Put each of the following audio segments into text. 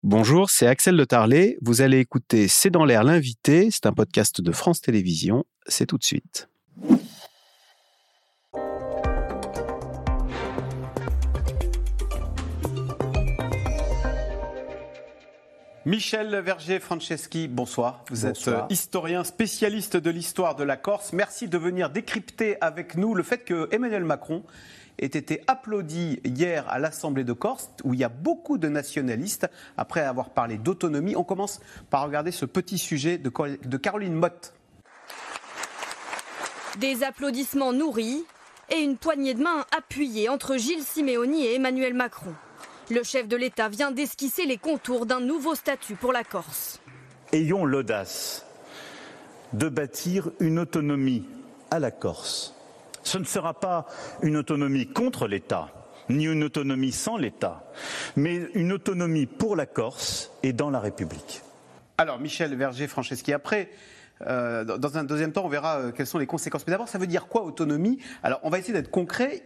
Bonjour, c'est Axel de Tarlet. Vous allez écouter C'est dans l'air l'invité. C'est un podcast de France Télévisions. C'est tout de suite. Michel Verger-Franceschi, bonsoir. Vous êtes historien spécialiste de l'histoire de la Corse. Merci de venir décrypter avec nous le fait que Emmanuel Macron ait été applaudi hier à l'Assemblée de Corse, où il y a beaucoup de nationalistes. Après avoir parlé d'autonomie, on commence par regarder ce petit sujet de Caroline Motte. Des applaudissements nourris et une poignée de main appuyée entre Gilles Simeoni et Emmanuel Macron. Le chef de l'État vient d'esquisser les contours d'un nouveau statut pour la Corse. Ayons l'audace de bâtir une autonomie à la Corse. Ce ne sera pas une autonomie contre l'État, ni une autonomie sans l'État, mais une autonomie pour la Corse et dans la République. Alors, Michel Verger-Franceschi, après, dans un deuxième temps, on verra quelles sont les conséquences. Mais d'abord, ça veut dire quoi, autonomie ? Alors, on va essayer d'être concret.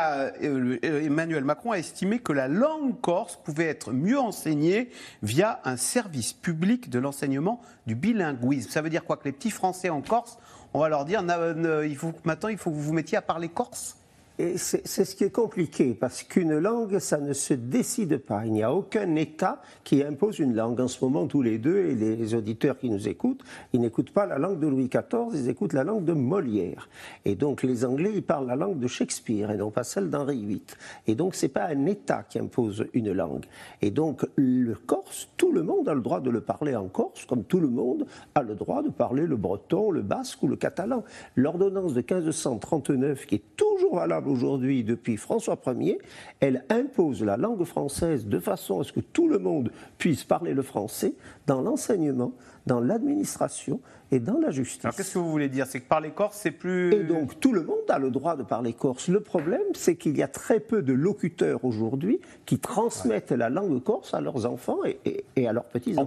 Emmanuel Macron a estimé que la langue corse pouvait être mieux enseignée via un service public de l'enseignement du bilinguisme. Ça veut dire quoi ? Que les petits Français en Corse, on va leur dire maintenant, il faut que vous vous mettiez à parler corse ? Et c'est ce qui est compliqué, parce qu'une langue, ça ne se décide pas. Il n'y a aucun État qui impose une langue. En ce moment, tous les deux, et les auditeurs qui nous écoutent, ils n'écoutent pas la langue de Louis XIV, ils écoutent la langue de Molière. Et donc, les Anglais, ils parlent la langue de Shakespeare, et non pas celle d'Henri VIII. Et donc, c'est pas un État qui impose une langue. Et donc, le corse, tout le monde a le droit de le parler en corse, comme tout le monde a le droit de parler le breton, le basque ou le catalan. L'ordonnance de 1539, qui est toujours valable aujourd'hui depuis François Ier, elle impose la langue française de façon à ce que tout le monde puisse parler le français dans l'enseignement, dans l'administration et dans la justice. Alors qu'est-ce que vous voulez dire ? C'est que parler corse, c'est plus... Et donc tout le monde a le droit de parler corse. Le problème, c'est qu'il y a très peu de locuteurs aujourd'hui qui transmettent la langue corse à leurs enfants et à leurs petits-enfants.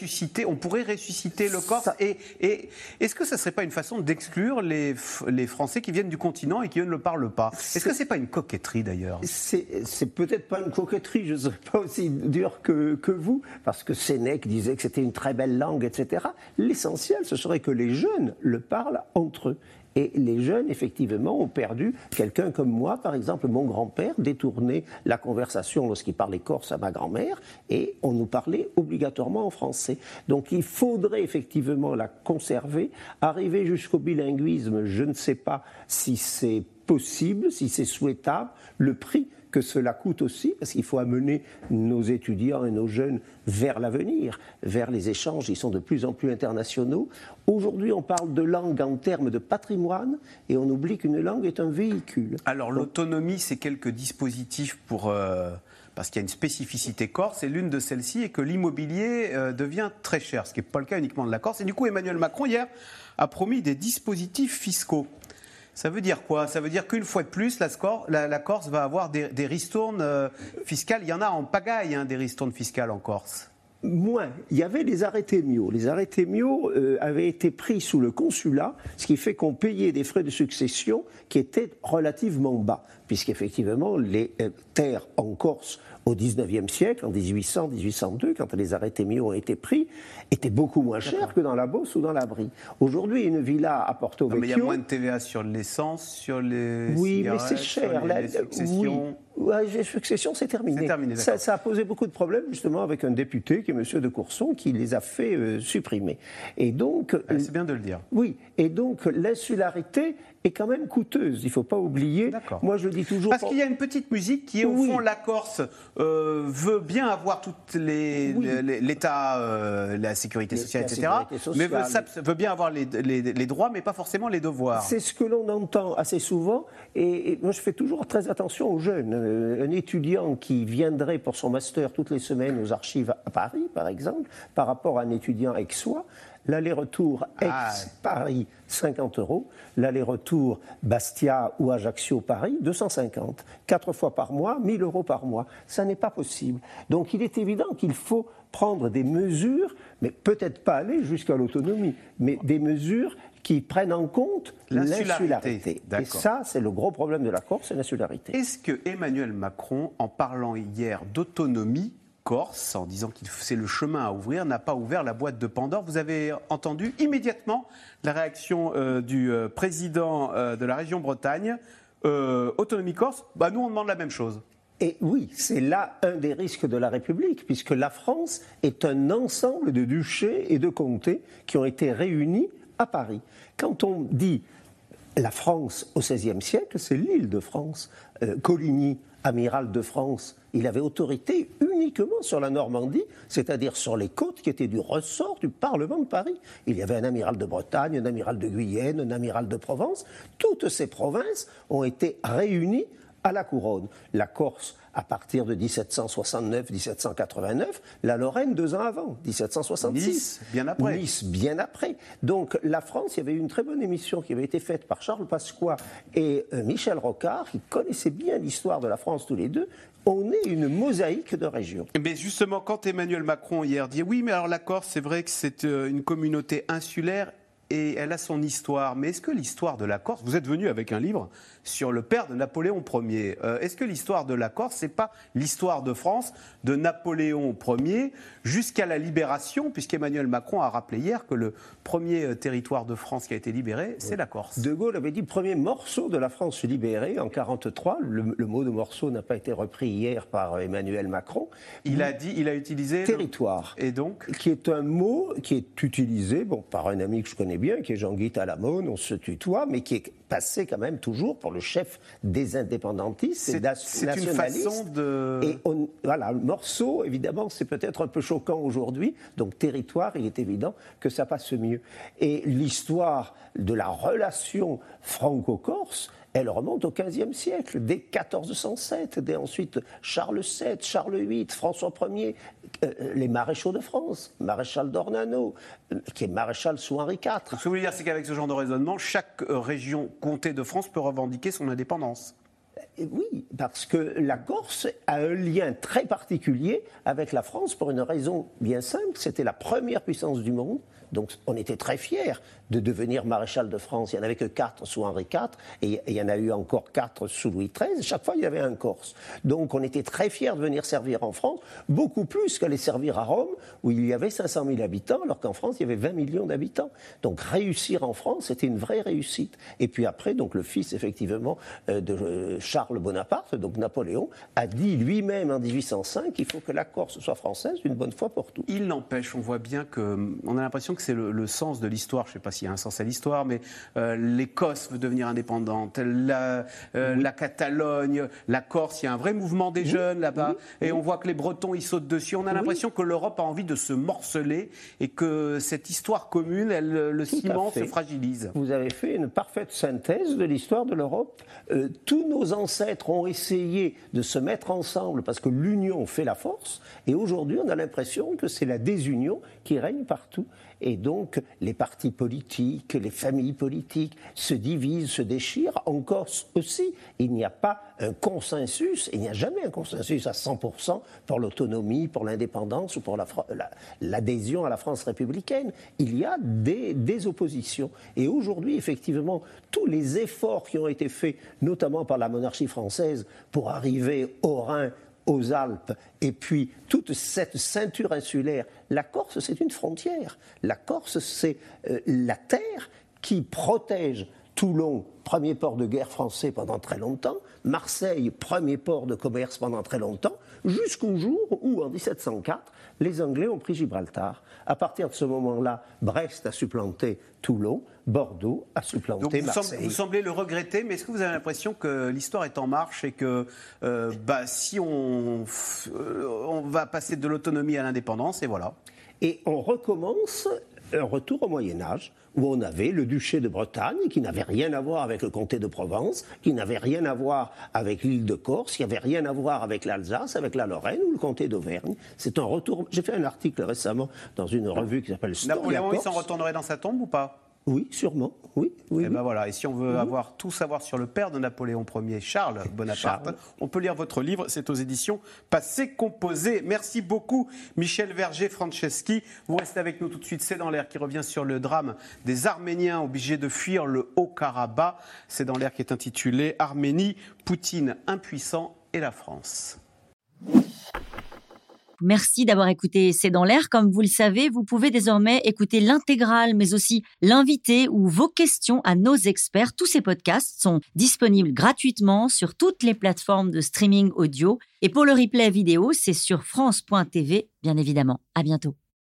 On pourrait ressusciter le corse. Et est-ce que ça ne serait pas une façon d'exclure les Français qui viennent du continent et qui eux ne le parlent pas ? Est-ce que ce n'est pas une coquetterie d'ailleurs ? C'est peut-être pas une coquetterie, je ne serais pas aussi dur que vous, parce que Sénèque disait que c'était une très belle langue, etc. L'essentiel, ce serait que les jeunes le parlent entre eux. Et les jeunes, effectivement, ont perdu quelqu'un comme moi, par exemple, mon grand-père détournait la conversation lorsqu'il parlait corse à ma grand-mère, et on nous parlait obligatoirement en français. Donc il faudrait effectivement la conserver, arriver jusqu'au bilinguisme, je ne sais pas si c'est possible, si c'est souhaitable, le prix que cela coûte aussi, parce qu'il faut amener nos étudiants et nos jeunes vers l'avenir, vers les échanges, ils sont de plus en plus internationaux. Aujourd'hui, on parle de langue en termes de patrimoine, et on oublie qu'une langue est un véhicule. Alors l'autonomie, c'est quelques dispositifs parce qu'il y a une spécificité corse, et l'une de celles-ci est que l'immobilier devient très cher, ce qui n'est pas le cas uniquement de la Corse. Et du coup, Emmanuel Macron, hier, a promis des dispositifs fiscaux. Ça veut dire quoi ? Ça veut dire qu'une fois de plus, la Corse va avoir des ristournes fiscales. Il y en a en pagaille, des ristournes fiscales en Corse. Moins. Il y avait les arrêtés Miot. Les arrêtés Miot avaient été pris sous le consulat, ce qui fait qu'on payait des frais de succession qui étaient relativement bas, puisqu'effectivement, les terres en Corse au XIXe siècle, en 1800, 1802, quand les arrêtés Miot ont été pris, étaient beaucoup moins chers que dans la Beauce ou dans la Brie. Aujourd'hui, une villa à Porto Vecchio... Mais il y a moins de TVA sur l'essence, sur les cigarettes, mais c'est cher. Les successions... Oui, les successions, c'est terminé. Ça a posé beaucoup de problèmes, justement, avec un député, qui est M. de Courson, qui les a fait supprimer. Et donc... c'est bien de le dire. Oui, et donc l'insularité est quand même coûteuse, il ne faut pas oublier. D'accord. Moi, je le dis toujours... Parce qu'il y a une petite musique qui est, au fond, la Corse veut bien avoir toutes l'État, la sécurité sociale, etc. Mais veut bien avoir les droits, mais pas forcément les devoirs. C'est ce que l'on entend assez souvent, et moi, je fais toujours très attention aux jeunes. Un étudiant qui viendrait pour son master toutes les semaines aux archives à Paris, par exemple, par rapport à un étudiant aixois, l'aller-retour Aix-Paris, 50 €. L'aller-retour Bastia ou Ajaccio-Paris, 250. 4 fois par mois, 1 000 € par mois. Ça n'est pas possible. Donc il est évident qu'il faut prendre des mesures, mais peut-être pas aller jusqu'à l'autonomie, mais des mesures qui prennent en compte l'insularité. Et ça, c'est le gros problème de la Corse, c'est l'insularité. Est-ce que Emmanuel Macron, en parlant hier d'autonomie Corse, en disant que c'est le chemin à ouvrir, n'a pas ouvert la boîte de Pandore. Vous avez entendu immédiatement la réaction du président de la région Bretagne. Autonomie Corse, nous on demande la même chose. Et oui, c'est là un des risques de la République, puisque la France est un ensemble de duchés et de comtés qui ont été réunis à Paris. Quand on dit la France au XVIe siècle, c'est l'île de France. Coligny, amiral de France, il avait autorité uniquement sur la Normandie, c'est-à-dire sur les côtes qui étaient du ressort du Parlement de Paris. Il y avait un amiral de Bretagne, un amiral de Guyenne, un amiral de Provence. Toutes ces provinces ont été réunies à la couronne. La Corse, à partir de 1769-1789, la Lorraine 2 ans avant, 1766. Nice, bien après. Nice, bien après. Donc la France, il y avait une très bonne émission qui avait été faite par Charles Pasqua et Michel Rocard, qui connaissaient bien l'histoire de la France tous les deux. On est une mosaïque de régions. Mais justement, quand Emmanuel Macron hier dit « Oui, mais alors la Corse, c'est vrai que c'est une communauté insulaire et elle a son histoire. Mais est-ce que l'histoire de la Corse, vous êtes venu avec un livre sur le père de Napoléon Ier, est-ce que l'histoire de la Corse, c'est pas l'histoire de France de Napoléon Ier jusqu'à la libération, puisqu'Emmanuel Macron a rappelé hier que le premier territoire de France qui a été libéré, c'est la Corse. De Gaulle avait dit premier morceau de la France libérée en 1943. Le mot de morceau n'a pas été repris hier par Emmanuel Macron. Il a utilisé territoire. Et donc qui est un mot qui est utilisé par un ami que je connais bien, qui est Jean-Guy Talamone, on se tutoie, mais qui est passé quand même toujours pour le chef des indépendantistes et nationalistes. C'est une façon de... Et voilà, morceau, évidemment, c'est peut-être un peu choquant aujourd'hui. Donc territoire, il est évident que ça passe mieux. Et l'histoire de la relation franco-corse, elle remonte au XVe siècle, dès 1407, dès ensuite Charles VII, Charles VIII, François Ier, les maréchaux de France, maréchal d'Ornano, qui est maréchal sous Henri IV. Ce que vous voulez dire, c'est qu'avec ce genre de raisonnement, chaque région comté de France peut revendiquer son indépendance. Oui, parce que la Corse a un lien très particulier avec la France pour une raison bien simple, c'était la première puissance du monde. Donc on était très fiers de devenir maréchal de France. Il n'y en avait que 4 sous Henri IV et il y en a eu encore 4 sous Louis XIII. Chaque fois, il y avait un Corse. Donc on était très fiers de venir servir en France, beaucoup plus qu'aller servir à Rome, où il y avait 500 000 habitants, alors qu'en France, il y avait 20 millions d'habitants. Donc réussir en France, c'était une vraie réussite. Et puis après, donc le fils, effectivement, de Charles Bonaparte, donc Napoléon, a dit lui-même en 1805 qu'il faut que la Corse soit française une bonne fois pour toutes. Il n'empêche, on voit bien qu'on a l'impression que c'est le sens de l'histoire. Je ne sais pas s'il y a un sens à l'histoire, mais l'Écosse veut devenir indépendante, la Catalogne, la Corse, il y a un vrai mouvement des jeunes là-bas, et on voit que les Bretons, ils sautent dessus. On a l'impression que l'Europe a envie de se morceler et que cette histoire commune, le ciment se fragilise. Vous avez fait une parfaite synthèse de l'histoire de l'Europe. Tous nos ancêtres ont essayé de se mettre ensemble parce que l'union fait la force, et aujourd'hui, on a l'impression que c'est la désunion qui règne partout. Et donc, les partis politiques, les familles politiques se divisent, se déchirent. En Corse aussi, il n'y a pas un consensus, il n'y a jamais un consensus à 100% pour l'autonomie, pour l'indépendance ou pour l'adhésion à la France républicaine. Il y a des oppositions. Et aujourd'hui, effectivement, tous les efforts qui ont été faits, notamment par la monarchie française, pour arriver au Rhin, aux Alpes, et puis toute cette ceinture insulaire. La Corse, c'est une frontière. La Corse, c'est la terre qui protège Toulon, premier port de guerre français pendant très longtemps, Marseille, premier port de commerce pendant très longtemps, jusqu'au jour où, en 1704, les Anglais ont pris Gibraltar. À partir de ce moment-là, Brest a supplanté Toulon, Bordeaux a supplanté Marseille. Vous semblez le regretter, mais est-ce que vous avez l'impression que l'histoire est en marche et que si on va passer de l'autonomie à l'indépendance, et voilà. Et on recommence un retour au Moyen-Âge, où on avait le duché de Bretagne, qui n'avait rien à voir avec le comté de Provence, qui n'avait rien à voir avec l'île de Corse, qui n'avait rien à voir avec l'Alsace, avec la Lorraine ou le comté d'Auvergne. C'est un retour. J'ai fait un article récemment dans une revue qui s'appelle Storia Corse. Napoléon, il s'en retournerait dans sa tombe ou pas ? Oui, sûrement. Oui. Et ben voilà. Et si on veut tout savoir sur le père de Napoléon Ier, Charles Bonaparte, on peut lire votre livre. C'est aux éditions Passé Composé. Merci beaucoup, Michel Verger-Franceschi. Vous restez avec nous tout de suite. C'est dans l'air qui revient sur le drame des Arméniens obligés de fuir le Haut-Karabakh. C'est dans l'air qui est intitulé Arménie, Poutine impuissant et la France. merci d'avoir écouté C'est dans l'air. Comme vous le savez, vous pouvez désormais écouter l'intégrale, mais aussi l'invité ou vos questions à nos experts. Tous ces podcasts sont disponibles gratuitement sur toutes les plateformes de streaming audio. Et pour le replay vidéo, c'est sur France.tv, bien évidemment. À bientôt.